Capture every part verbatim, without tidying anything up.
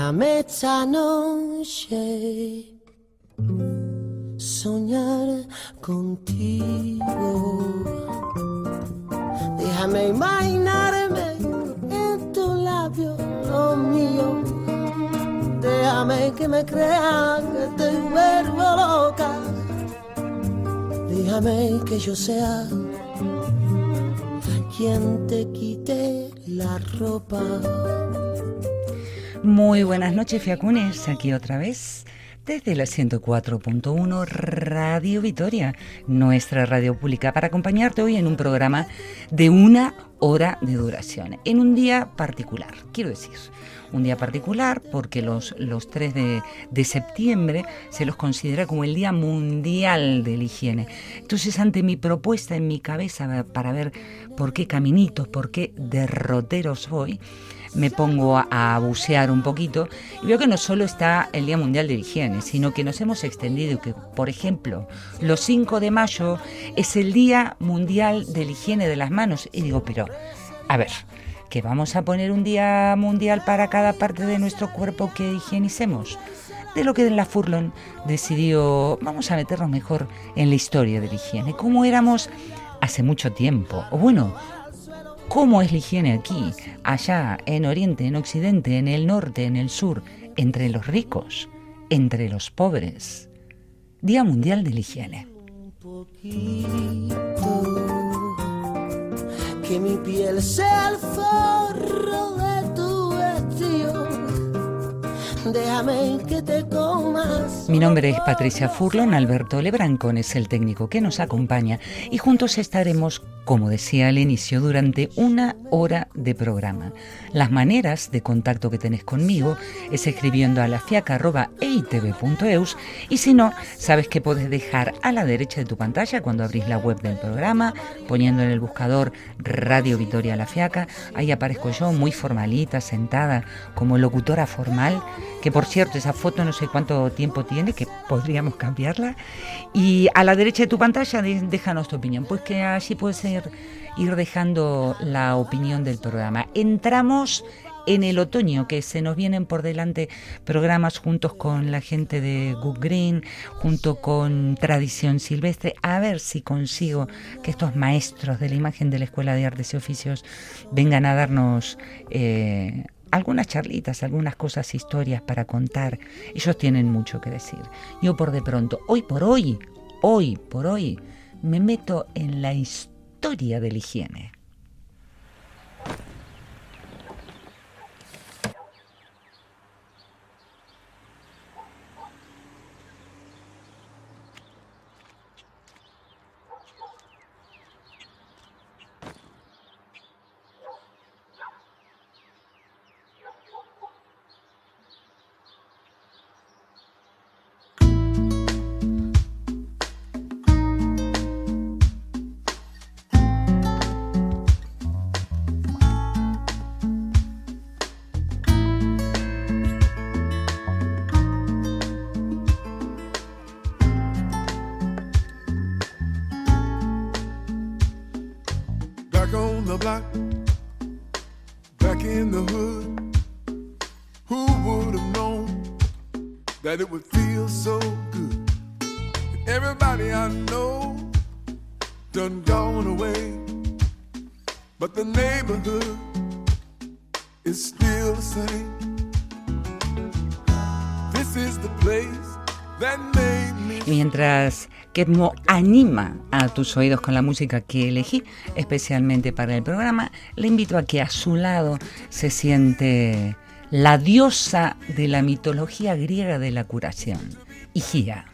Déjame esta noche soñar contigo. Déjame imaginarme en tu labio lo mío. Déjame que me crea que te vuelvo loca. Déjame que yo sea quien te quite la ropa. Muy buenas noches, fiacunes, aquí otra vez desde la ciento cuatro punto uno Radio Vitoria, nuestra radio pública, para acompañarte hoy en un programa de una hora de duración, en un día particular, quiero decir, un día particular porque los, los tres de, de septiembre se los considera como el Día Mundial de la Higiene. Entonces, ante mi propuesta en mi cabeza para ver por qué caminitos, por qué derroteros voy, me pongo a, a bucear un poquito y veo que no solo está el Día Mundial de la Higiene, sino que nos hemos extendido y que, por ejemplo, los cinco de mayo es el Día Mundial de la Higiene de las Manos. Y digo, pero, a ver, ¿que vamos a poner un día mundial para cada parte de nuestro cuerpo que higienicemos? De lo que la Furlon decidió, vamos a meternos mejor en la historia de la higiene. ¿Cómo éramos hace mucho tiempo? O bueno, ¿cómo es la higiene aquí, allá, en Oriente, en Occidente, en el norte, en el sur, entre los ricos, entre los pobres? Día Mundial de la Higiene. Un poquito, que mi piel sea el forro de tu vestido. Déjame que te comas. Mi nombre es Patricia Furlon, Alberto Lebrancón es el técnico que nos acompaña y juntos estaremos, como decía al inicio, durante una hora de programa. Las maneras de contacto que tenés conmigo es escribiendo a lafiaca arroba e i te ve punto e u s y si no, sabes que podés dejar a la derecha de tu pantalla cuando abrís la web del programa, poniendo en el buscador Radio Vitoria La Fiaca. Ahí aparezco yo muy formalita, sentada como locutora formal, que por cierto esa foto no sé cuánto tiempo tiene, que podríamos cambiarla. Y a la derecha de tu pantalla déjanos tu opinión, pues que allí puede ser ir dejando la opinión del programa. Entramos en el otoño, que se nos vienen por delante programas juntos con la gente de Good Green, junto con Tradición Silvestre, a ver si consigo que estos maestros de la imagen de la Escuela de Artes y Oficios vengan a darnos eh, algunas charlitas, algunas cosas, historias para contar. Ellos tienen mucho que decir. Yo por de pronto, hoy por hoy, hoy por hoy, me meto en la historia Historia de la higiene. That it would feel so good. And everybody I know done gone away, but the neighborhood is still the same. This is the place that made me. Y mientras Ketmo anima a tus oídos con la música que elegí especialmente para el programa, le invito a que a su lado se siente la diosa de la mitología griega de la curación, Higia.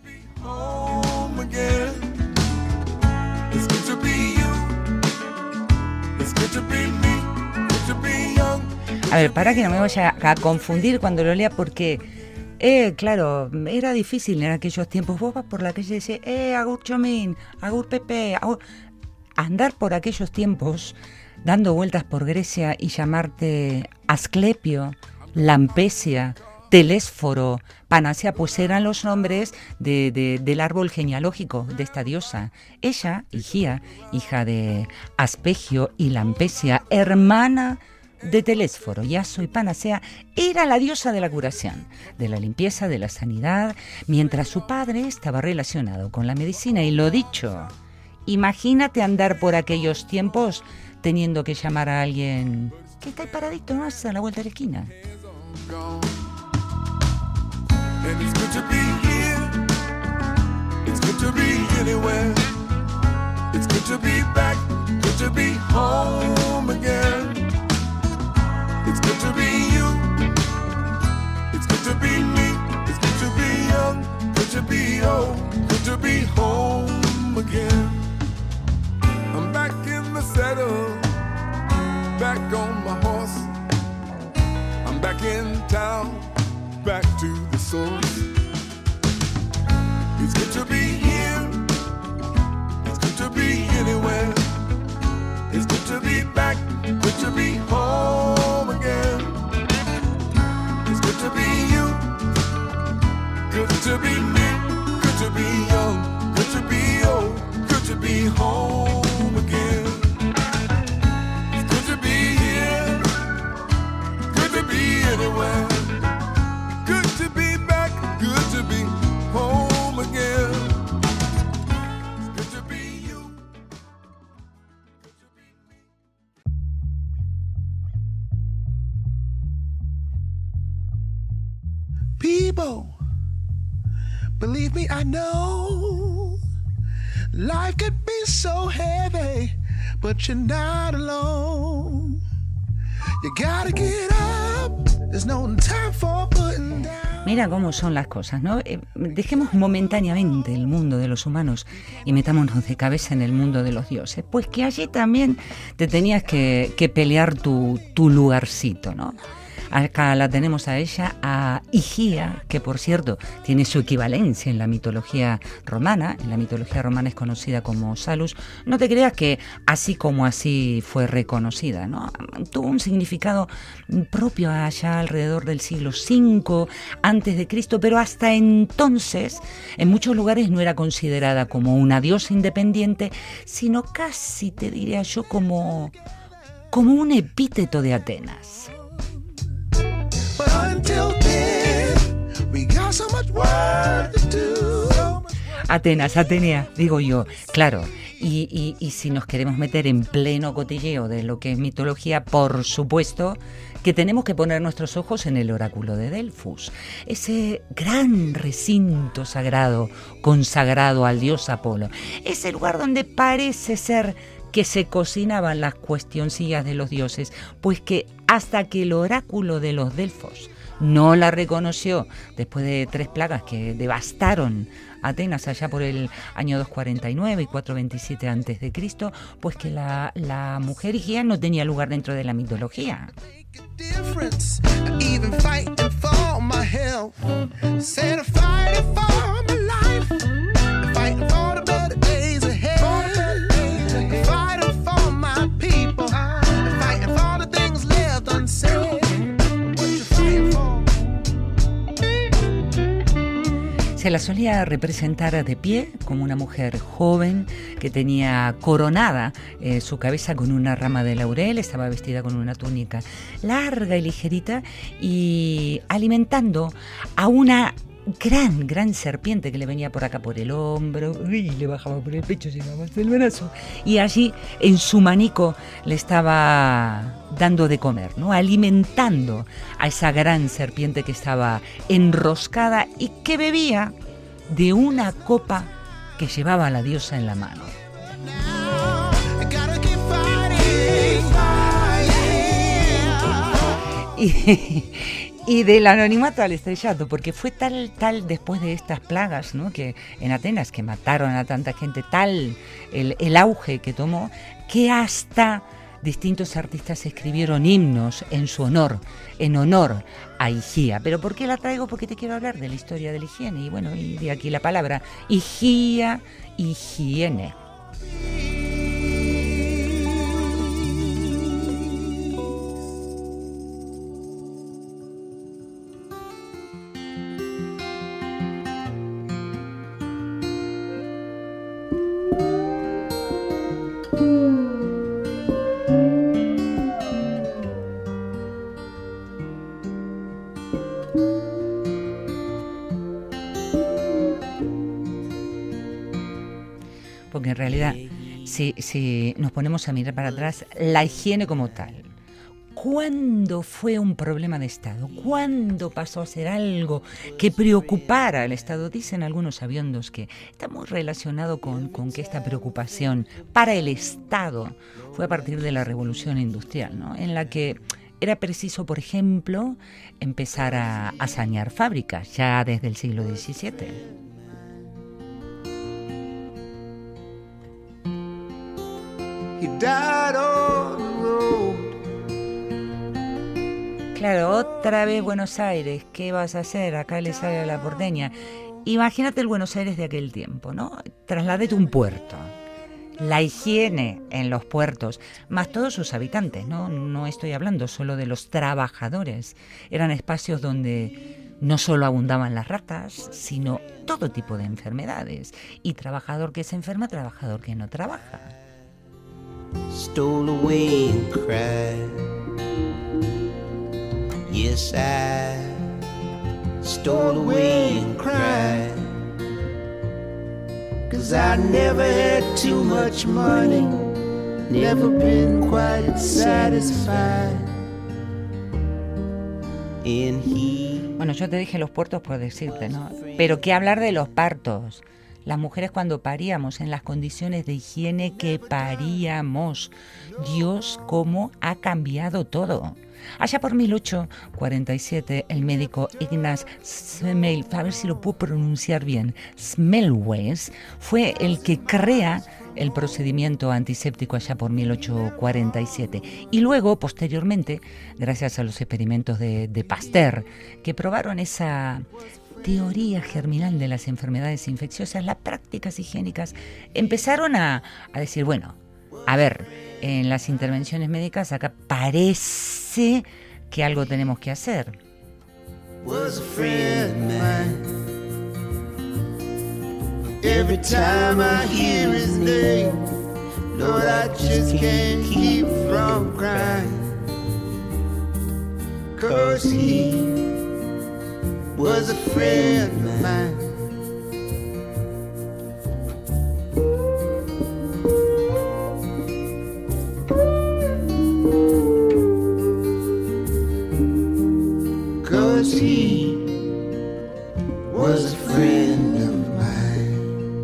A ver, para que no me vaya a confundir cuando lo lea, porque, eh, claro, era difícil en aquellos tiempos. Vos vas por la calle y decís, eh, agur chomín, agur pepe, agur... Andar por aquellos tiempos dando vueltas por Grecia y llamarte Asclepio, Lampesia, Telésforo, Panacea, pues eran los nombres de, de, del árbol genealógico de esta diosa. Ella, Higia, hija de Aspegio y Lampesia, hermana de Telésforo, Iaso y Panacea, era la diosa de la curación, de la limpieza, de la sanidad, mientras su padre estaba relacionado con la medicina. Y lo dicho, imagínate andar por aquellos tiempos teniendo que llamar a alguien que está ahí paradito más a la vuelta de la esquina. And it's good to be here. It's good to be anywhere. It's good to be back. Good to be home again. It's good to be you. It's good to be me. It's good to be young. Good to be old. Good to be home again. I'm back in the saddle. Back on my horse. I'm back in town. Back to the source. It's good to be here. It's good to be anywhere. It's good to be back. Good to be home again. It's good to be you. Good to be me. Good to be young. Good to be old. Good to be home again. It's good to be here. Good to be anywhere. To be home again. It's good to be you. Good to be me. People, believe me, I know life could be so heavy, but you're not alone. You gotta get up. There's no time for putting down. Mira cómo son las cosas, ¿no? Eh, dejemos momentáneamente el mundo de los humanos y metámonos de cabeza en el mundo de los dioses. Pues que allí también te tenías que, que pelear tu, tu lugarcito, ¿no? Acá la tenemos a ella, a Higía, que por cierto tiene su equivalencia en la mitología romana. En la mitología romana es conocida como Salus. No te creas que así como así fue reconocida, ¿no? Tuvo un significado propio allá alrededor del siglo cinco antes de Cristo, pero hasta entonces en muchos lugares no era considerada como una diosa independiente, sino casi, te diría yo, como, como un epíteto de Atenas. Atenas, Atenea, digo yo, claro. Y, y, y si nos queremos meter en pleno cotilleo de lo que es mitología, por supuesto que tenemos que poner nuestros ojos en el oráculo de Delfos, ese gran recinto sagrado consagrado al dios Apolo, ese lugar donde parece ser que se cocinaban las cuestioncillas de los dioses, pues que hasta que el oráculo de los Delfos no la reconoció después de tres plagas que devastaron Atenas allá por el año doscientos cuarenta y nueve y cuatrocientos veintisiete antes de Cristo, pues que la, la mujer Higía no tenía lugar dentro de la mitología. Se la solía representar de pie como una mujer joven que tenía coronada eh, su cabeza con una rama de laurel, estaba vestida con una túnica larga y ligerita y alimentando a una gran, gran serpiente que le venía por acá por el hombro, uy, le bajaba por el pecho, llegaba hasta el brazo y allí en su manico le estaba dando de comer, ¿no? Alimentando a esa gran serpiente que estaba enroscada y que bebía de una copa que llevaba a la diosa en la mano. Y, y del anonimato al estrellato, porque fue tal, tal después de estas plagas, ¿no? Que en Atenas, que mataron a tanta gente, tal el, el auge que tomó, que hasta distintos artistas escribieron himnos en su honor, en honor a Higía. ¿Pero por qué la traigo? Porque te quiero hablar de la historia de la higiene, y bueno, y de aquí la palabra Higía, higiene. porque en realidad, si, si nos ponemos a mirar para atrás, la higiene como tal, ¿cuándo fue un problema de Estado? ¿Cuándo pasó a ser algo que preocupara al Estado? Dicen algunos sabiondos que está muy relacionado con, con que esta preocupación para el Estado fue a partir de la Revolución Industrial, ¿no? En la que era preciso, por ejemplo, empezar a, a sanear fábricas ya desde el siglo diecisiete. He died on the road. Claro, otra vez Buenos Aires, ¿qué vas a hacer? Acá le sale a la porteña. Imagínate el Buenos Aires de aquel tiempo, ¿no? Trasladete un puerto. La higiene en los puertos, más todos sus habitantes, ¿no? No estoy hablando solo de los trabajadores. Eran espacios donde no solo abundaban las ratas, sino todo tipo de enfermedades. Y trabajador que se enferma, trabajador que no trabaja. Stole away and cried. Yes, I stole away and cried. 'Cause I never had too much money, never been quite satisfied. And he... Bueno, yo te dije los puertos por decirte, ¿no? Pero qué hablar de los partos. Las mujeres cuando paríamos, en las condiciones de higiene que paríamos. Dios, cómo ha cambiado todo. Allá por mil ochocientos cuarenta y siete, el médico Ignaz Smel, a ver si lo puedo pronunciar bien, Semmelweis, fue el que crea el procedimiento antiséptico allá por mil ochocientos cuarenta y siete. Y luego, posteriormente, gracias a los experimentos de, de Pasteur, que probaron esa teoría germinal de las enfermedades infecciosas, las prácticas higiénicas empezaron a, a decir, bueno, a ver, en las intervenciones médicas acá parece que algo tenemos que hacer. Was a friend of mine. Every time I hear his name, Lord, I just can't keep from crying. 'Cause he was a friend of mine. 'Cause he was a friend of mine.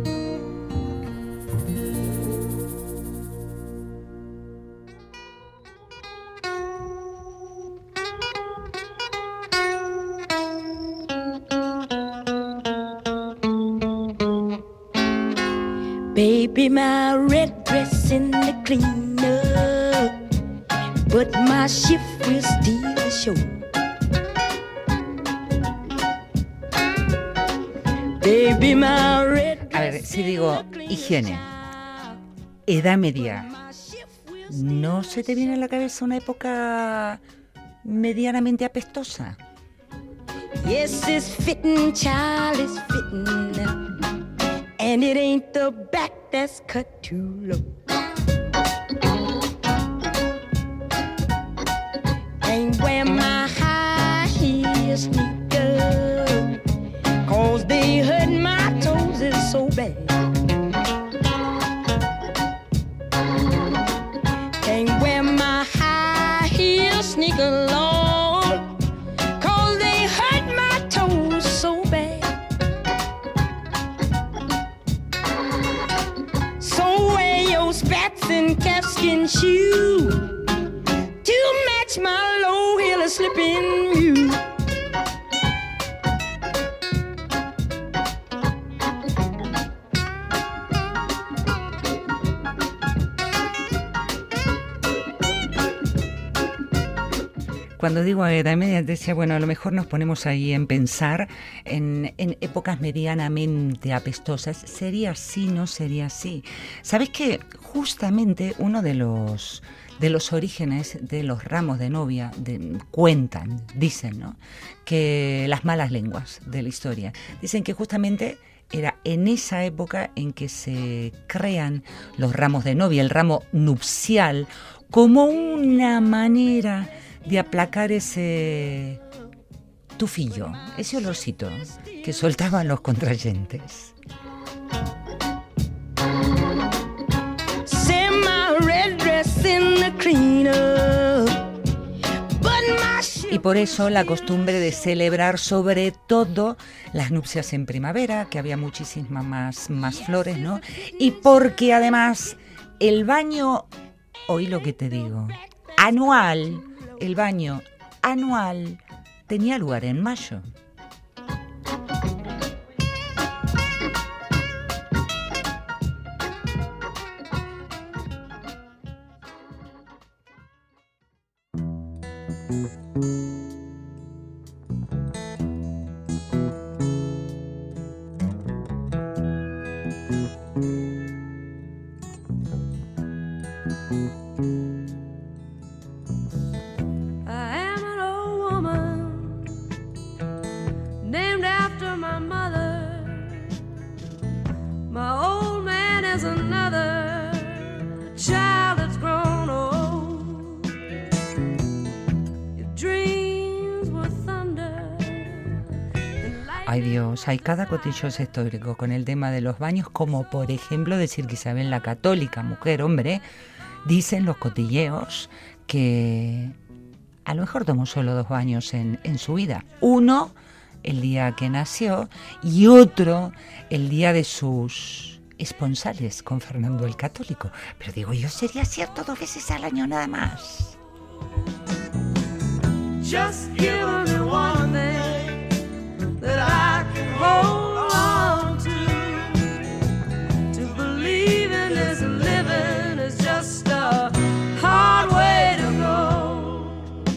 Baby, my red dress in the cleaner, but my shift will steal the show. Baby, my red A ver, si digo higiene, edad media, ¿no se te viene a la cabeza una época medianamente apestosa? Yes, it's fitting, child, it's fitting. And it ain't the back that's cut too low. Ain't wear my high heel sneakers, 'cause they hurt my toes is so bad. Ain't wear my high heel sneakers, Lord, 'cause they hurt my toes so bad. Spats and calfskin shoe to match my low heel slipping mule. Cuando digo edad media, decía, bueno, a lo mejor nos ponemos ahí en pensar en, en épocas medianamente apestosas. ¿Sería así? ¿No sería así? ¿Sabes qué? Justamente uno de los, de los orígenes de los ramos de novia de, cuentan, dicen, ¿no?, que las malas lenguas de la historia. Dicen que justamente era en esa época en que se crean los ramos de novia, el ramo nupcial, como una manera de aplacar ese tufillo, ese olorcito que soltaban los contrayentes. por eso la costumbre de celebrar sobre todo las nupcias en primavera, que había muchísimas más, más flores, ¿no? Y porque además el baño, oí lo que te digo, anual, el baño anual tenía lugar en mayo. Ay Dios, hay cada cotilloso histórico con el tema de los baños, como por ejemplo decir que Isabel la Católica, mujer, hombre, dicen los cotilleos que a lo mejor tomó solo dos baños en, en su vida. Uno, el día que nació, y otro, el día de sus esponsales con Fernando el Católico. Pero digo yo, ¿sería cierto dos veces al año nada más? Just give me one thing that I can hold on to. To believe in this living is just a hard way to go.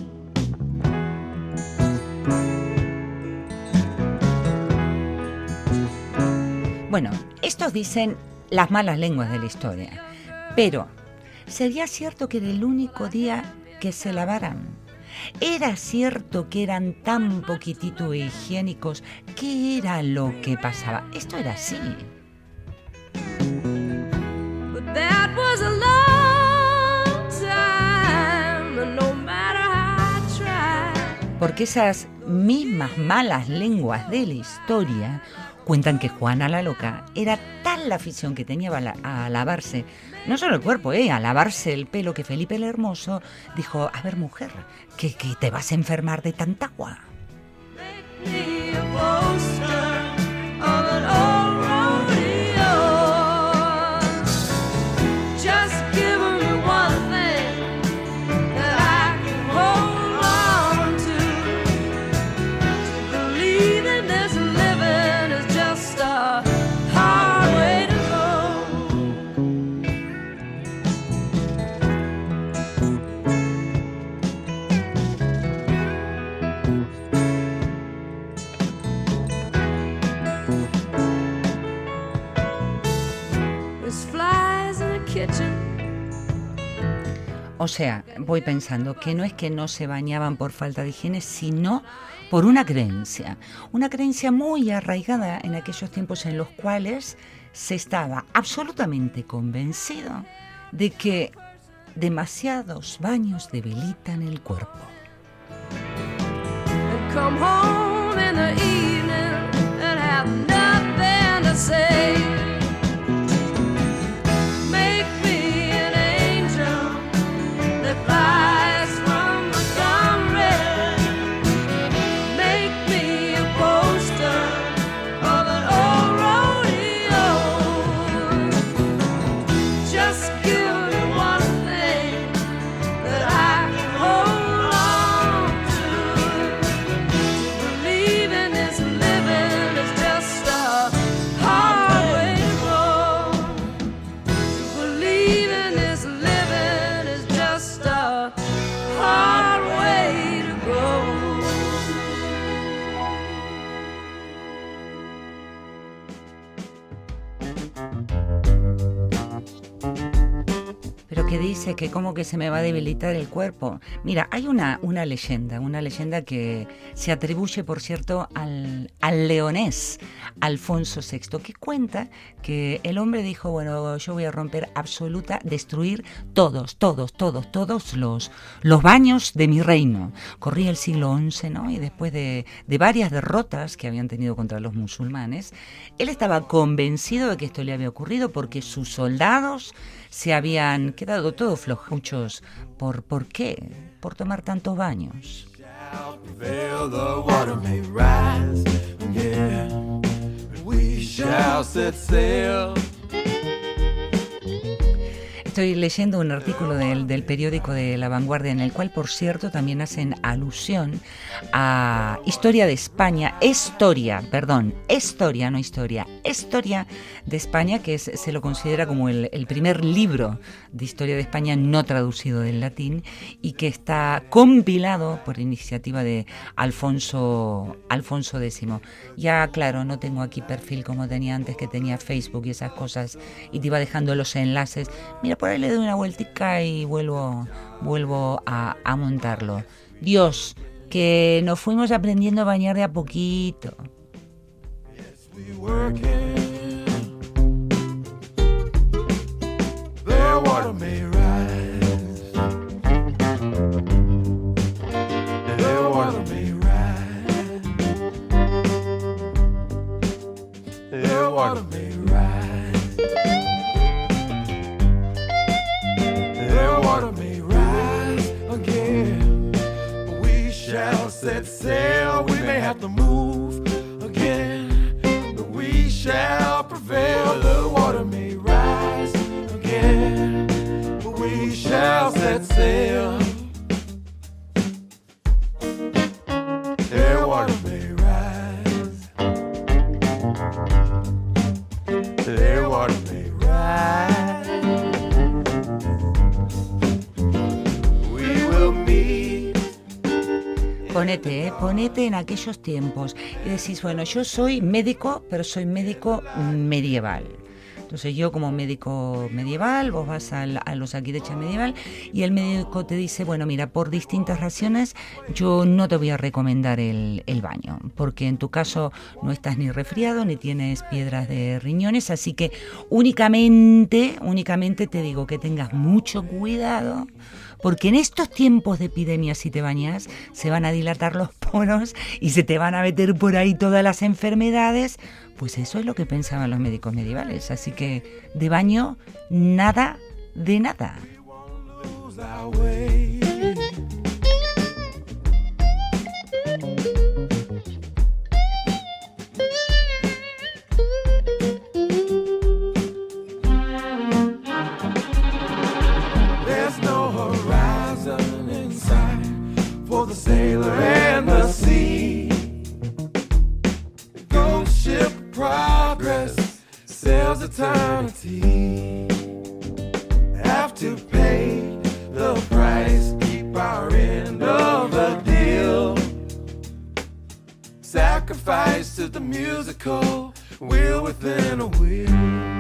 Bueno, estos dicen las malas lenguas de la historia, pero ¿sería cierto que era el único día que se lavaran? ¿Era cierto que eran tan poquitito higiénicos? ¿Qué era lo que pasaba? Esto era así. But that was a long time, and no matter how I tried. Porque esas mismas malas lenguas de la historia cuentan que Juana la Loca era tal la afición que tenía a, la, a lavarse, no solo el cuerpo, eh, a lavarse el pelo, que Felipe el Hermoso dijo, a ver mujer, que, que te vas a enfermar de tanta agua. O sea, voy pensando que no es que no se bañaban por falta de higiene, sino por una creencia. Una creencia muy arraigada en aquellos tiempos en los cuales se estaba absolutamente convencido de que demasiados baños debilitan el cuerpo. Come home in the evening and have nothing to say. Que dice que cómo que se me va a debilitar el cuerpo. Mira, hay una, una leyenda, una leyenda que se atribuye, por cierto, al, al leonés Alfonso sexto, que cuenta que el hombre dijo, bueno, yo voy a romper absoluta, destruir todos, todos, todos, todos los, los baños de mi reino. Corría el siglo once, ¿no? Y después de, de varias derrotas que habían tenido contra los musulmanes, él estaba convencido de que esto le había ocurrido porque sus soldados se habían quedado todos flojuchos. ¿Por, ¿Por qué? Por tomar tantos baños. shall prevail, the water may rise again. We shall set sail. Estoy leyendo un artículo del, del periódico de La Vanguardia, en el cual, por cierto, también hacen alusión a Historia de España, Historia, perdón, Historia, no Historia, Historia de España, que es, se lo considera como el, el primer libro de Historia de España no traducido del latín y que está compilado por iniciativa de Alfonso, Alfonso X. Ya, claro, no tengo aquí perfil como tenía antes, que tenía Facebook y esas cosas, y te iba dejando los enlaces. Mira, por ahí le doy una vueltica y vuelvo, vuelvo a, a montarlo. Dios, que nos fuimos aprendiendo a bañar de a poquito. Yes, we working. The water may rise. The water may rise. The water may rise. The water may rise again. We shall set sail. We may have to move again, but we shall prevail. The water may rise again, but we shall set sail. The water may rise. The water may rise. Ponete, eh, ponete en aquellos tiempos y decís, bueno, yo soy médico, pero soy médico medieval. Entonces yo como médico medieval, vos vas al, a los Aquirecha medieval y el médico te dice, bueno, mira, por distintas razones yo no te voy a recomendar el, el baño, porque en tu caso no estás ni resfriado ni tienes piedras de riñones, así que únicamente, únicamente te digo que tengas mucho cuidado, porque en estos tiempos de epidemia, si te bañas, se van a dilatar los poros y se te van a meter por ahí todas las enfermedades. Pues eso es lo que pensaban los médicos medievales. Así que de baño, nada de nada. There's no horizon in sight for the sailor and the sea. Ghost ship progress sails eternity. Have to pay the price, keep our end of the deal. Sacrifice to the musical wheel within a wheel.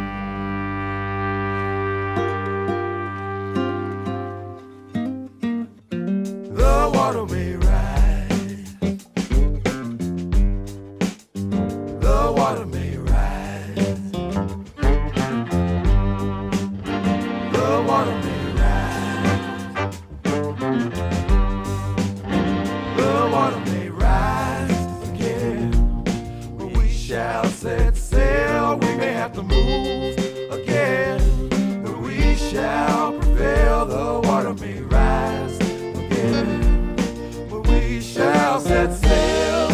The water may rise. The water may rise. The water may rise. The water may rise again. But we shall set sail. We may have to move again. But we shall prevail. The water may rise again. But we shall set sail.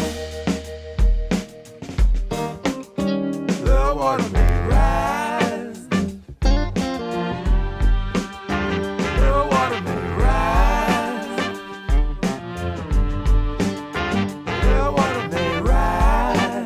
The water may rise. The water may rise. The water may rise.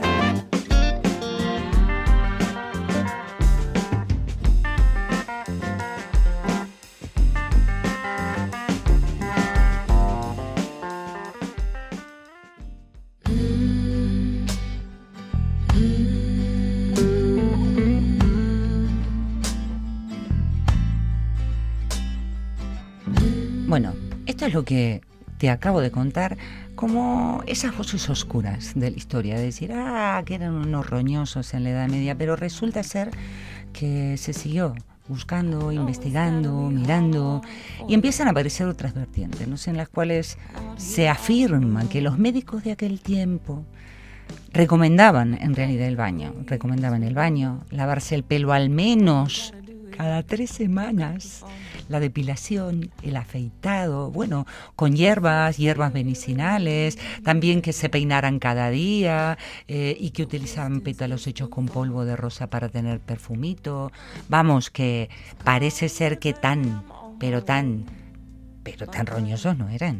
Bueno, esto es lo que te acabo de contar, como esas voces oscuras de la historia, de decir, ah, que eran unos roñosos en la Edad Media, pero resulta ser que se siguió buscando, investigando, mirando, y empiezan a aparecer otras vertientes, ¿no? En las cuales se afirma que los médicos de aquel tiempo recomendaban en realidad el baño, recomendaban el baño, lavarse el pelo al menos cada tres semanas, la depilación, el afeitado, bueno, con hierbas, hierbas medicinales, también que se peinaran cada día eh, y que utilizaban pétalos hechos con polvo de rosa para tener perfumito. Vamos, que parece ser que tan, pero tan, pero tan roñosos no eran.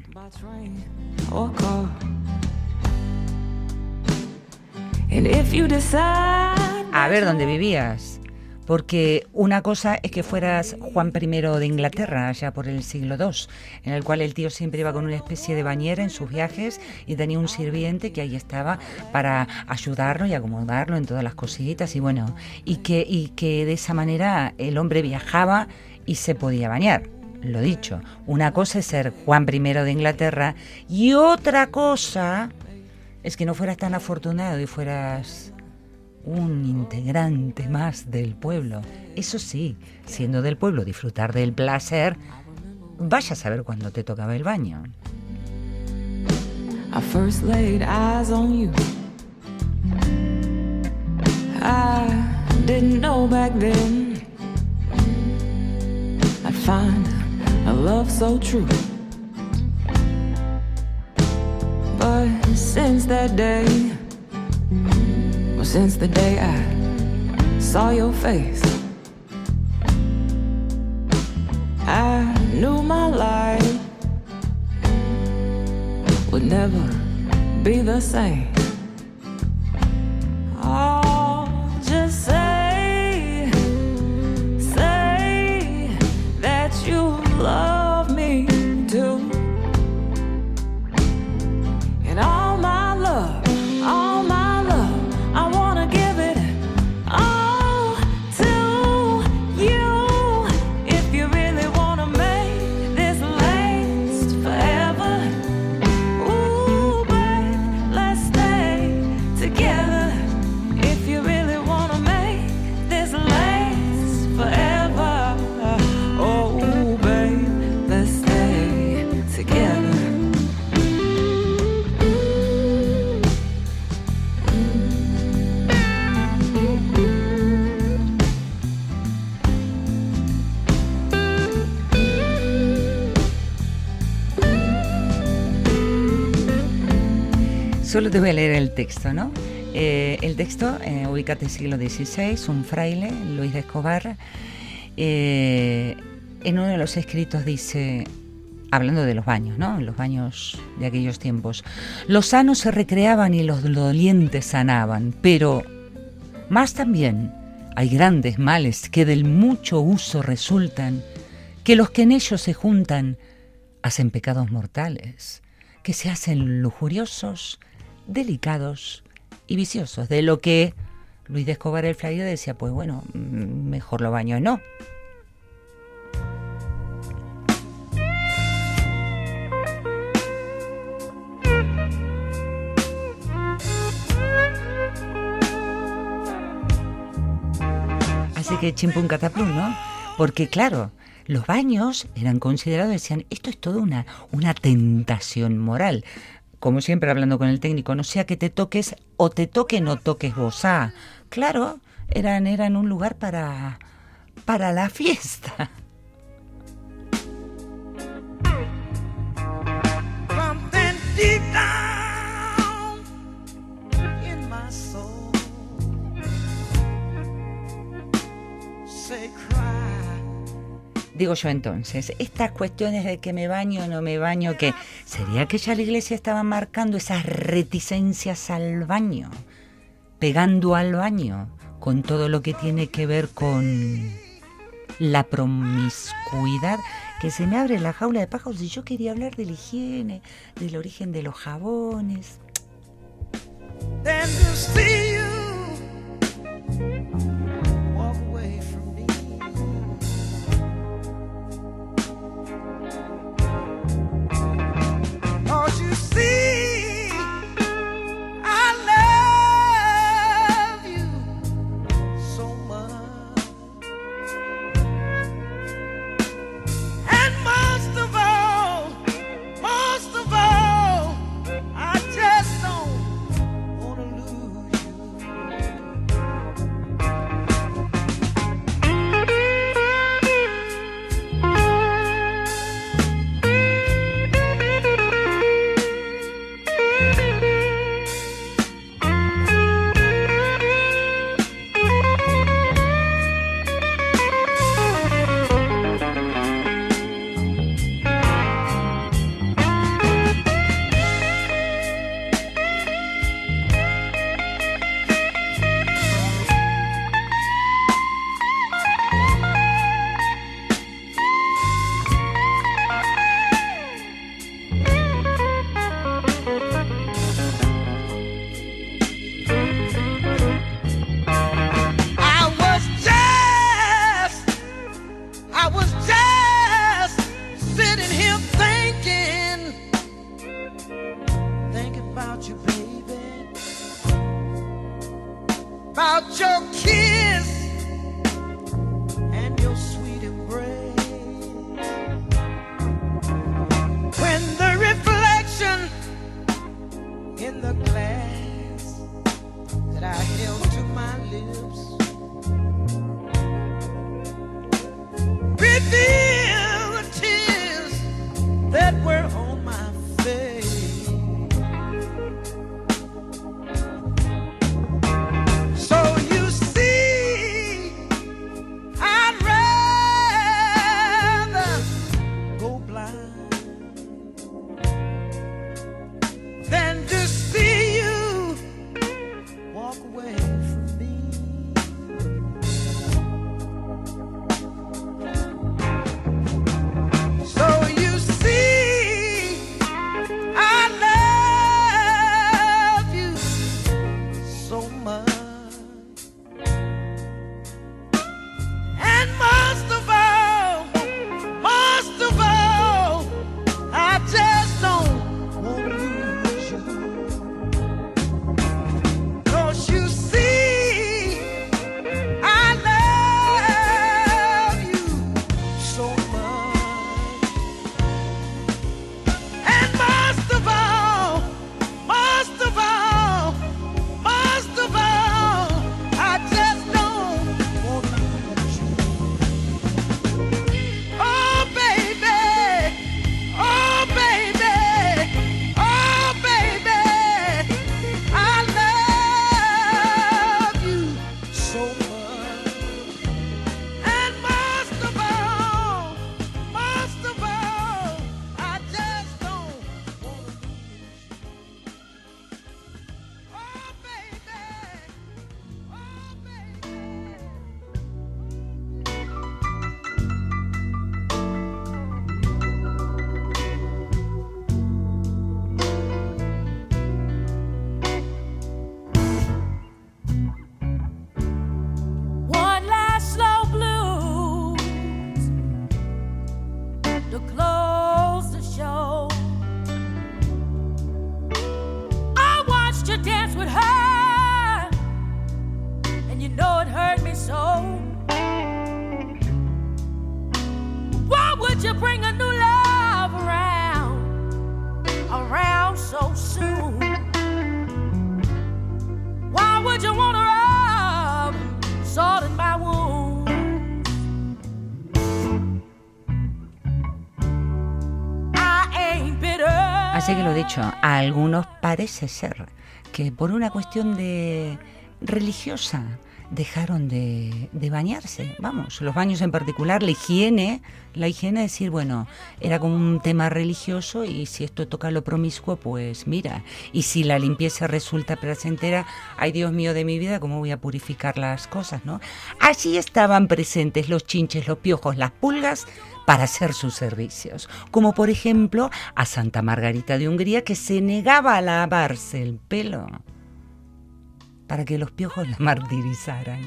A ver, ¿dónde vivías? Porque una cosa es que fueras Juan primero de Inglaterra, allá por el siglo segundo, en el cual el tío siempre iba con una especie de bañera en sus viajes y tenía un sirviente que ahí estaba para ayudarlo y acomodarlo en todas las cositas y bueno, y que, y que de esa manera el hombre viajaba y se podía bañar. Lo dicho, una cosa es ser Juan primero de Inglaterra y otra cosa es que no fueras tan afortunado y fueras un integrante más del pueblo. Eso sí, siendo del pueblo, disfrutar del placer, vaya a saber cuándo te tocaba el baño. I first laid eyes on you. I didn't know back then I'd find a love so true. But since that day, well, since the day I saw your face, I knew my life would never be the same. Oh, just say, say that you love me too. And all my love, all my love, I wanna give it all to you. If you really wanna make this last forever, ooh, babe, let's stay together. If you really wanna make this last forever, oh, babe, let's stay together. Solo te voy a leer el texto, ¿no? Eh, el texto, eh, ubícate en siglo dieciséis, un fraile, Luis de Escobar, eh, en uno de los escritos dice, hablando de los baños, ¿no? Los baños de aquellos tiempos, los sanos se recreaban y los dolientes sanaban, pero más también hay grandes males que del mucho uso resultan, que los que en ellos se juntan hacen pecados mortales, que se hacen lujuriosos, delicados y viciosos, de lo que Luis de Escobar el fraile decía, pues bueno, mejor lo baño no. Así que chimpún cataplum, ¿no? Porque claro, los baños eran considerados, decían, esto es toda una, una tentación moral. Como siempre hablando con el técnico, no sea que te toques o te toque no toques vos. Ah, claro, eran, eran un lugar para, para la fiesta. Something deep down in my soul say cry. Digo yo entonces, estas cuestiones de que me baño o no me baño, que ¿sería que ya la iglesia estaba marcando esas reticencias al baño? Pegando al baño con todo lo que tiene que ver con la promiscuidad, que se me abre la jaula de pájaros y yo quería hablar de la higiene, del origen de los jabones. Then to see you walk away from me. Cause you see, I love you so much. And most of all, most of all, I just don't wanna lose you. me feel the tears that were on my face. So you see, I'd rather go blind than to see you walk away from me. So you see, I love you so much. And most of all, most of all, I just don't want to lose you. 'Cause you see, I love you so much. And most of all, most of all, most of all, I just don't want to lose you. Oh baby, oh baby, oh baby, I love you so much. And most of all, most of all, I just don't want to lose you. Oh baby, oh baby. One last slow blues to close the show. I watched you dance with her, and you know it hurt me so. Why would you bring a new love around, around so soon? Why would you want to rub salt in my wound? I ain't bitter. Así que lo dicho, a algunos parece ser que por una cuestión de religiosa dejaron de, de bañarse. Vamos, los baños en particular, la higiene, la higiene, decir, bueno, era como un tema religioso y si esto toca lo promiscuo, pues mira, y si la limpieza resulta placentera, ay Dios mío de mi vida, ¿cómo voy a purificar las cosas, no? Así estaban presentes los chinches, los piojos, las pulgas, para hacer sus servicios, como por ejemplo a Santa Margarita de Hungría, que se negaba a lavarse el pelo para que los piojos la martirizaran.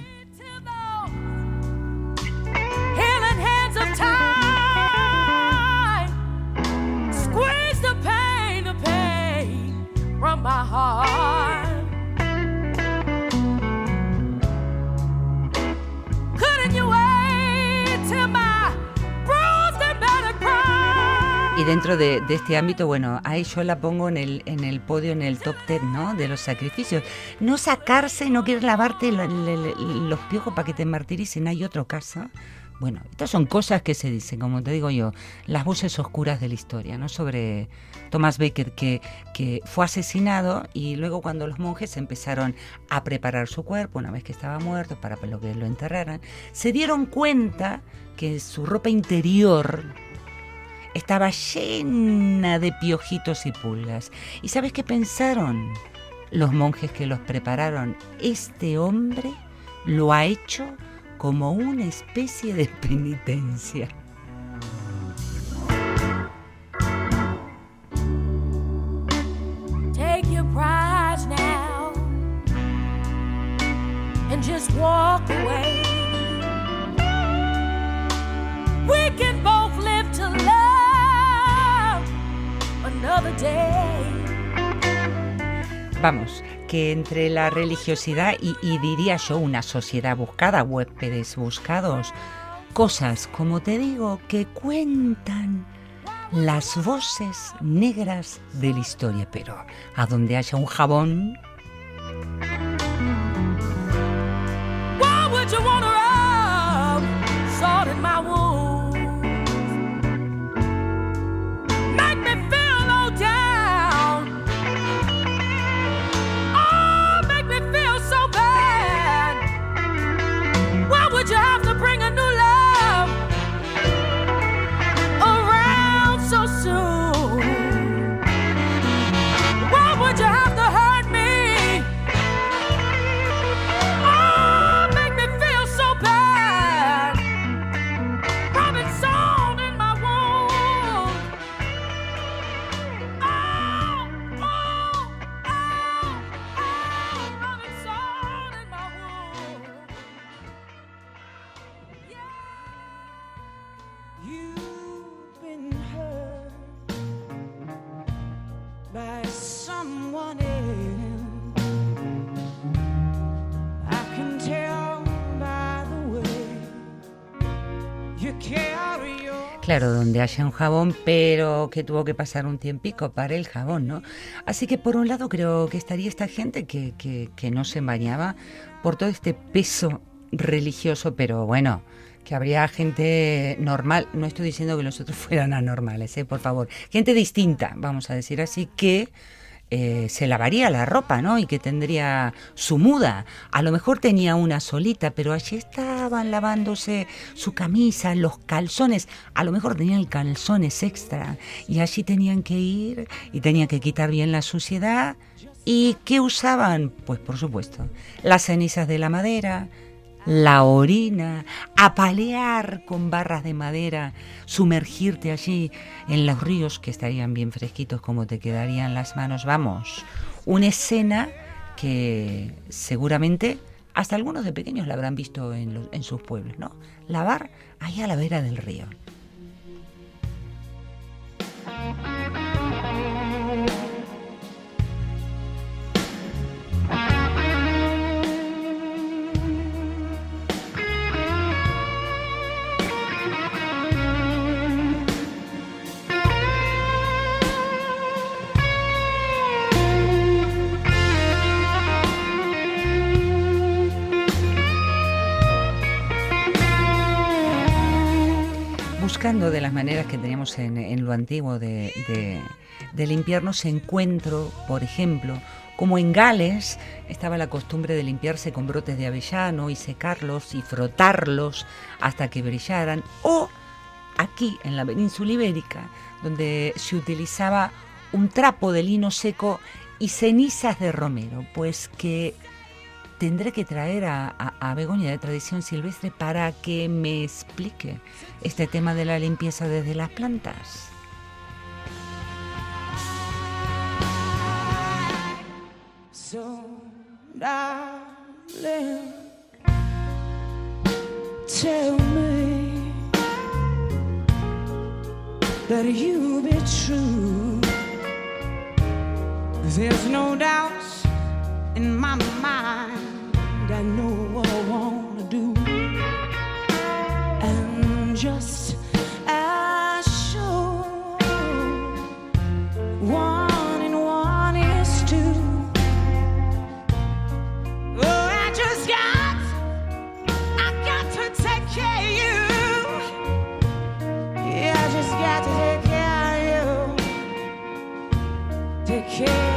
Healing hands of time, squeeze the pain, the pain from my heart. Couldn't you wait till my bruised and battered pride? Y dentro de, de este ámbito, bueno, ahí yo la pongo en el, en el podio, en el top ten, ¿no? De los sacrificios. No sacarse, no querer lavarte lo, le, le, los piojos para que te martiricen. Hay otro caso. Bueno, estas son cosas que se dicen, como te digo yo, las voces oscuras de la historia, ¿no? Sobre Thomas Baker, que, que fue asesinado y luego cuando los monjes empezaron a preparar su cuerpo, una vez que estaba muerto, para que lo enterraran, se dieron cuenta que su ropa interior estaba llena de piojitos y pulgas. ¿Y sabes qué pensaron los monjes que los prepararon? Este hombre lo ha hecho como una especie de penitencia. Take your prize now and just walk away. We can both live to love another day. Vamos, que entre la religiosidad y, y diría yo una sociedad buscada, huéspedes buscados, cosas, como te digo, que cuentan las voces negras de la historia, pero a donde haya un jabón. Why would you wanna rub salt in my wound? Claro, donde haya un jabón, pero que tuvo que pasar un tiempico para el jabón, ¿no? Así que por un lado creo que estaría esta gente que, que, que no se bañaba por todo este peso religioso, pero bueno, que habría gente normal, no estoy diciendo que los otros fueran anormales, ¿eh? Por favor, gente distinta, vamos a decir así, que Eh, se lavaría la ropa, ¿no? Y que tendría su muda. A lo mejor tenía una solita, pero allí estaban lavándose su camisa, los calzones. A lo mejor tenían calzones extra y allí tenían que ir y tenían que quitar bien la suciedad. ¿Y qué usaban? Pues por supuesto, las cenizas de la madera, la orina, apalear con barras de madera, sumergirte allí en los ríos que estarían bien fresquitos, como te quedarían las manos. Vamos, una escena que seguramente hasta algunos de pequeños la habrán visto en, los, en sus pueblos, ¿no? Lavar ahí a la vera del río. Buscando de las maneras que teníamos en, en lo antiguo de, de, de limpiarnos, encuentro, por ejemplo, como en Gales estaba la costumbre de limpiarse con brotes de avellano y secarlos y frotarlos hasta que brillaran, o aquí en la península ibérica, donde se utilizaba un trapo de lino seco y cenizas de romero, pues que tendré que traer a, a, a Begoña de Tradición Silvestre para que me explique este tema de la limpieza desde las plantas. So, darling, tell me that you be true. There's no doubt in my mind. I know what I wanna do, and just as sure one and one is two. Oh, I just got, I got to take care of you. Yeah, I just got to take care of you. Take care of you.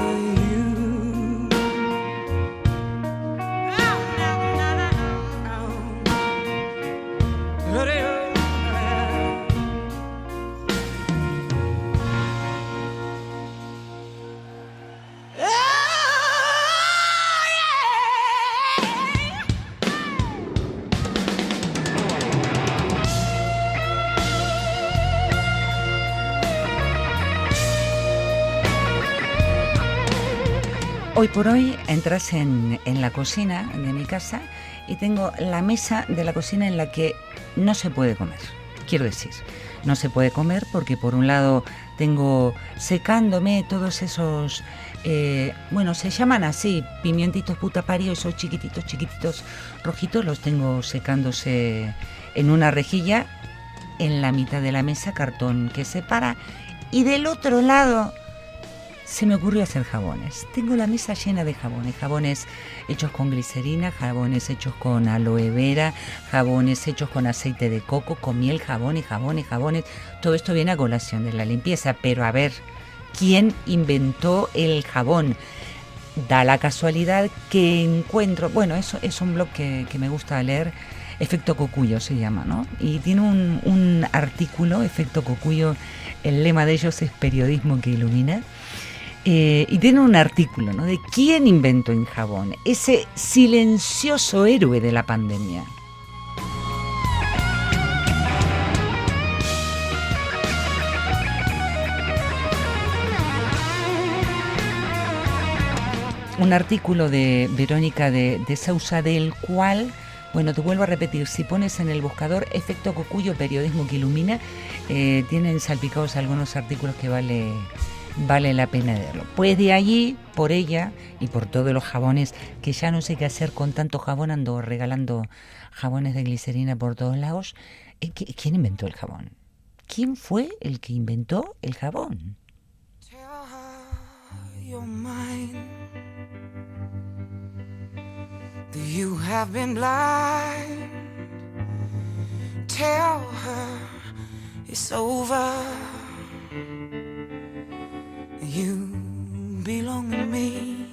Hoy por hoy entras en, en la cocina de mi casa y tengo la mesa de la cocina en la que no se puede comer. Quiero decir, no se puede comer porque por un lado tengo secándome todos esos, eh, bueno, se llaman así, pimientitos putapario, esos chiquititos, chiquititos rojitos, los tengo secándose en una rejilla, en la mitad de la mesa, cartón que separa, y del otro lado se me ocurrió hacer jabones. Tengo la mesa llena de jabones, jabones hechos con glicerina, jabones hechos con aloe vera, jabones hechos con aceite de coco, con miel, jabones, jabones, jabones. Todo esto viene a colación de la limpieza, pero a ver, ¿quién inventó el jabón? Da la casualidad que encuentro, bueno, eso es un blog que, que me gusta leer, Efecto Cocuyo se llama, ¿no? Y tiene un, un artículo, Efecto Cocuyo, el lema de ellos es periodismo que ilumina. Eh, y tiene un artículo, ¿no?, de quién inventó el jabón, ese silencioso héroe de la pandemia. Un artículo de Verónica de, de Sousa, del cual, bueno, te vuelvo a repetir, si pones en el buscador Efecto Cocuyo, periodismo que ilumina, eh, tienen salpicados algunos artículos que vale... vale la pena verlo. Pues de allí, por ella y por todos los jabones, que ya no sé qué hacer con tanto jabón, ando regalando jabones de glicerina por todos lados. ¿Quién inventó el jabón? quién fue el que inventó el jabón. Tell her you're mine. That you have been blind. Tell her it's over. You belong to me.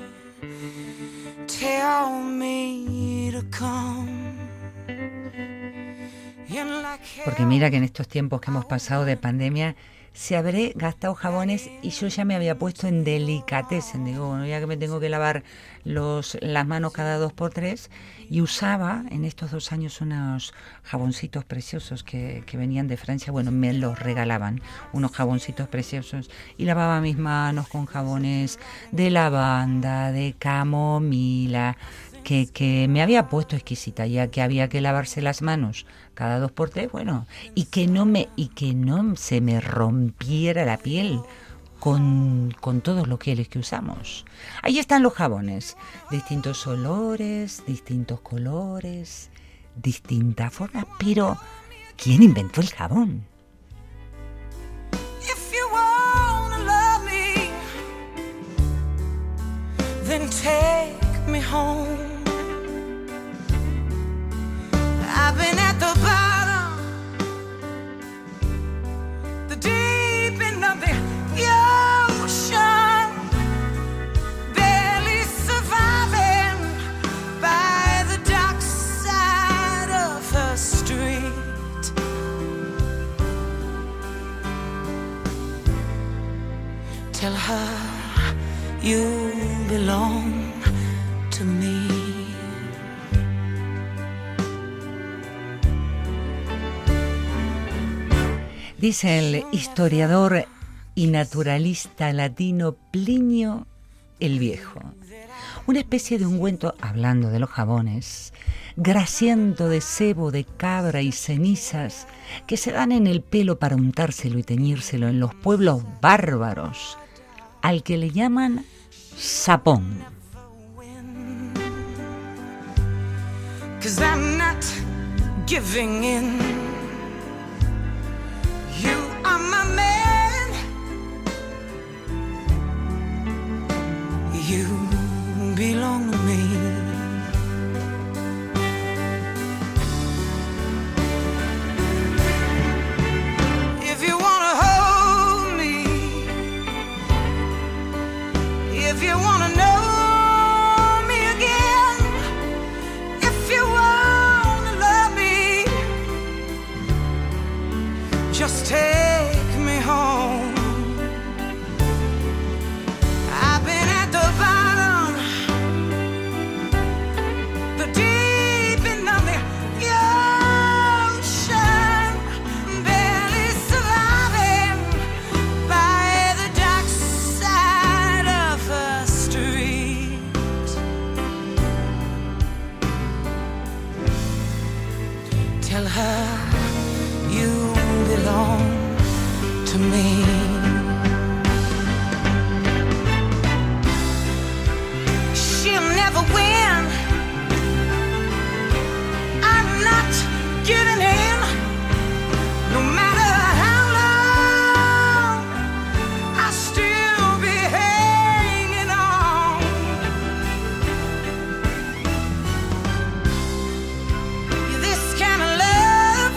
Tell me to come. Porque mira que en estos tiempos que hemos pasado de pandemia se habré gastado jabones y yo ya me había puesto en delicatessen. Digo, bueno, ya que me tengo que lavar los, las manos cada dos por tres, y usaba en estos dos años unos jaboncitos preciosos que, que venían de Francia. Bueno, me los regalaban, unos jaboncitos preciosos, y lavaba mis manos con jabones de lavanda, de camomila, que, que me había puesto exquisita, ya que había que lavarse las manos cada dos por tres, bueno, y que no me y que no se me rompiera la piel con, con todos los geles que usamos. Ahí están los jabones, distintos olores, distintos colores, distintas formas, pero ¿quién inventó el jabón? If you wanna love me, then take me home. I've been at the bottom, the deep end of the ocean, barely surviving by the dark side of her street. Tell her you belong to me. Dice el historiador y naturalista latino Plinio el Viejo, una especie de ungüento, hablando de los jabones, grasiento de sebo de cabra y cenizas que se dan en el pelo para untárselo y teñírselo en los pueblos bárbaros, al que le llaman sapón. 'Cause I'm not giving in. You are my man. You belong to me. If you wanna hold me, if you wanna know me again, if you wanna love me, just take me home. I've been at the bottom, the deep end of the ocean, barely surviving by the dark side of a street. Tell her you belong to me. She'll never win. I'm not giving in. No matter how long, I'll still be hanging on. This kind of love,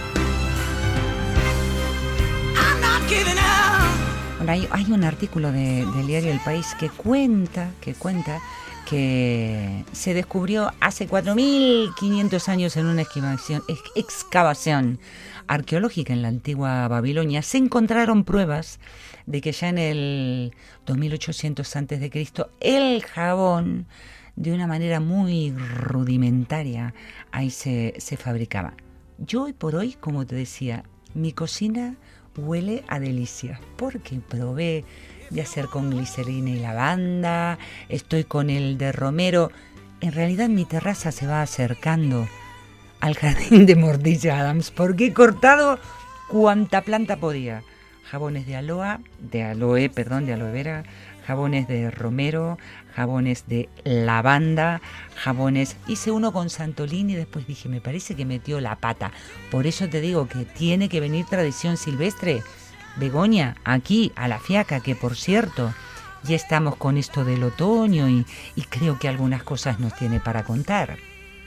I'm not giving up. Bueno, hay, hay un artículo de, del diario El País que cuenta, que cuenta que se descubrió hace cuatro mil quinientos años en una excavación, excavación arqueológica en la antigua Babilonia. Se encontraron pruebas de que ya en el dos mil ochocientos antes de Cristo el jabón, de una manera muy rudimentaria, ahí se, se fabricaba. Yo hoy por hoy, como te decía, mi cocina huele a delicia, porque probé de hacer con glicerina y lavanda, estoy con el de romero. En realidad mi terraza se va acercando al jardín de Mordilla Adams, porque he cortado cuanta planta podía. Jabones de aloe, de aloe, perdón, de aloe vera, jabones de romero, jabones de lavanda, jabones... Hice uno con Santolín y después dije, me parece que metió la pata. Por eso te digo que tiene que venir Tradición Silvestre, Begoña, aquí a La Fiaca, que por cierto, ya estamos con esto del otoño y, y creo que algunas cosas nos tiene para contar.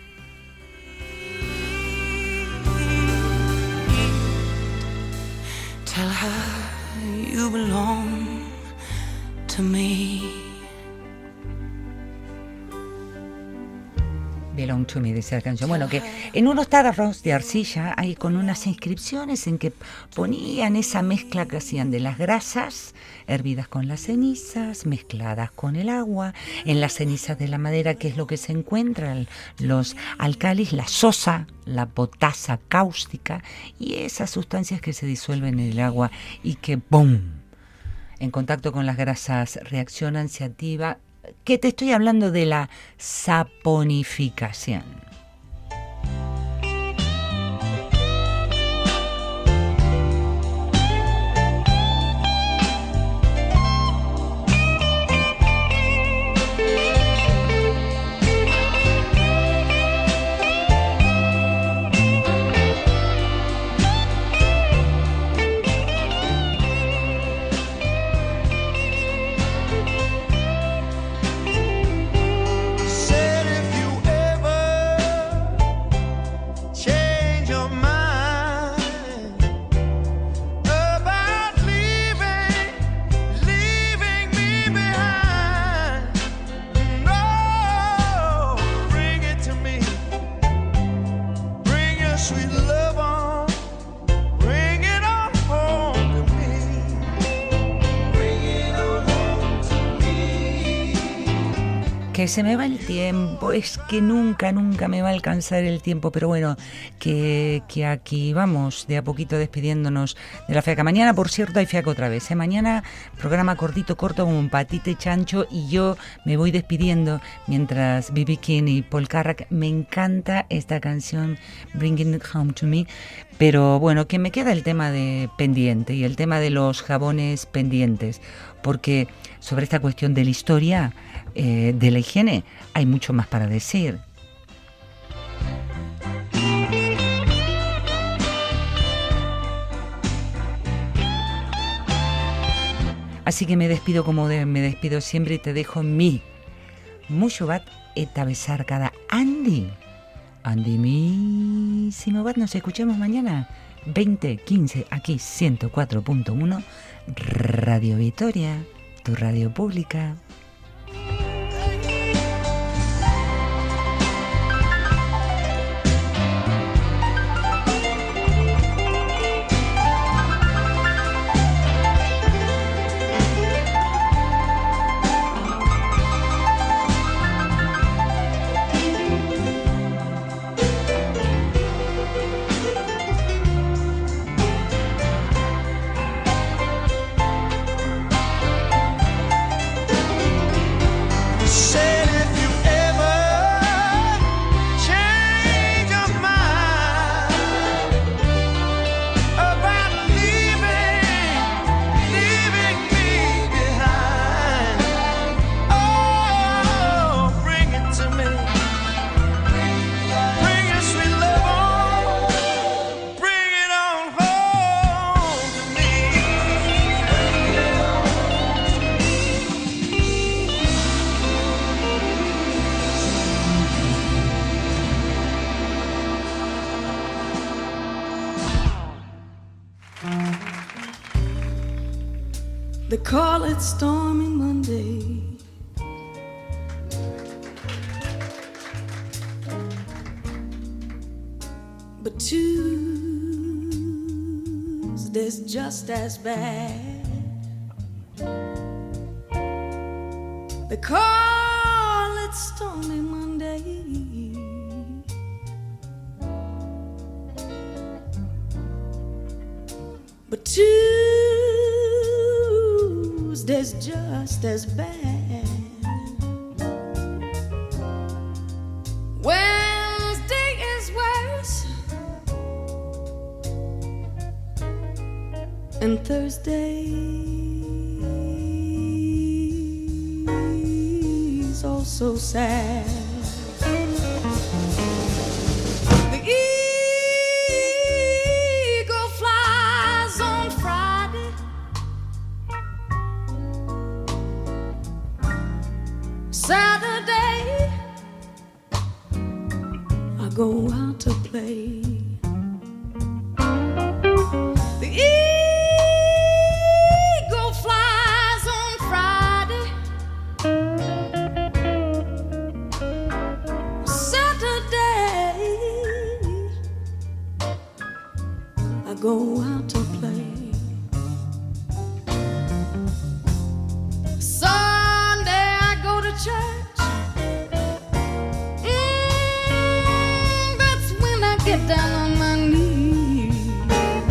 Tell her you belong to me. Belong to Me, dice la canción. Bueno, que en unos tarros de arcilla hay con unas inscripciones en que ponían esa mezcla que hacían de las grasas hervidas con las cenizas, mezcladas con el agua, en las cenizas de la madera, que es lo que se encuentra, los alcalis, la sosa, la potasa cáustica y esas sustancias que se disuelven en el agua y que ¡pum!, en contacto con las grasas reaccionan, se activa, que te estoy hablando de la saponificación. Que se me va el tiempo, es que nunca, nunca me va a alcanzar el tiempo, pero bueno, que, que aquí vamos de a poquito despidiéndonos de la Fiaca. Mañana, por cierto, hay Fiaca otra vez, ¿eh? Mañana programa cortito, corto, como un patite chancho, y yo me voy despidiendo mientras B B King y Paul Carrack, me encanta esta canción, Bringing It Home to Me, pero bueno, que me queda el tema de pendiente y el tema de los jabones pendientes, porque sobre esta cuestión de la historia, eh, de la higiene, hay mucho más para decir. Así que me despido como de, me despido siempre y te dejo mi mucho bat eta besarkada Andy. Andy misimo bat, nos escuchamos mañana veinte quince aquí ciento cuatro punto uno Radio Vitoria, tu radio pública. They call it Stormy Monday. But Tuesday's just as bad. They call it Stormy Monday. But Tuesday's just as bad. Wednesday is worse, and Thursday so sad. The eagle flies on Friday, Saturday I go out to play. The eagle flies on Friday, Saturday I go out to play. Sunday I go to church. Mm, that's when I get down on my knees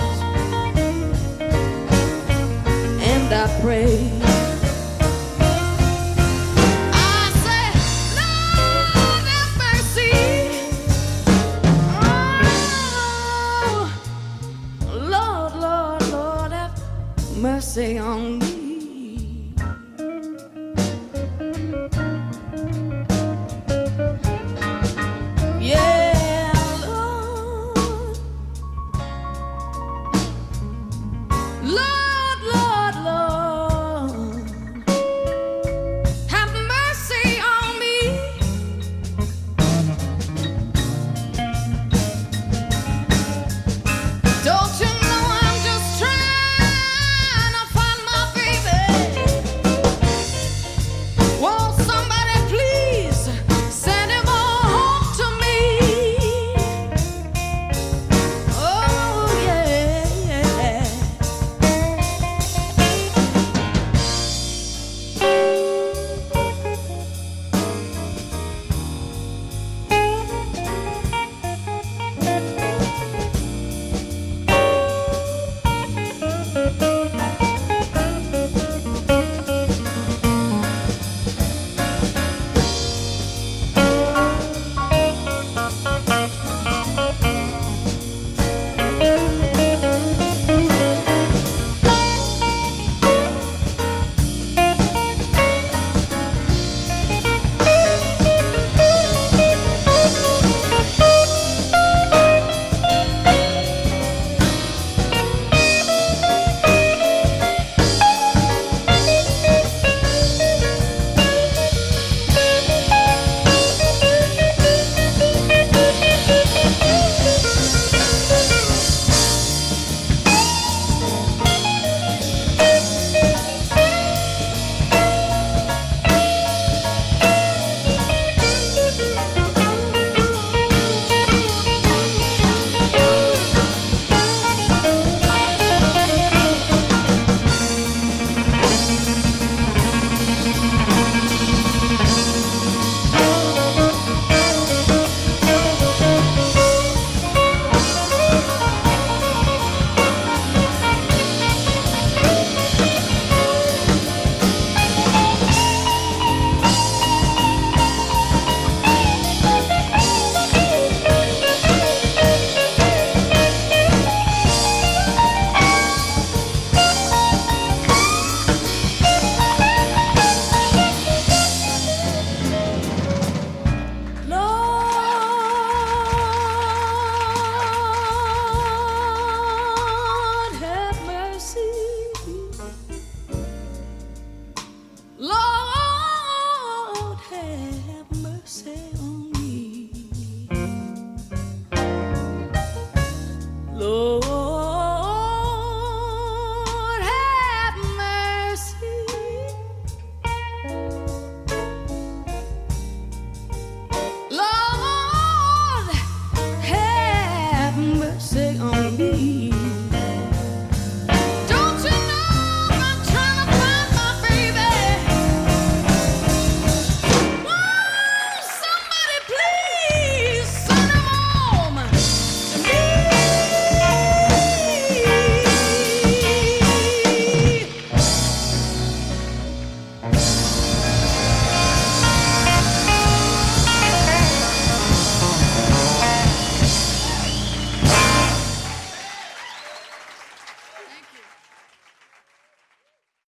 and I pray. I say, Lord have mercy. Oh, Lord, Lord, Lord have mercy on me. Yeah, Lord, Lord.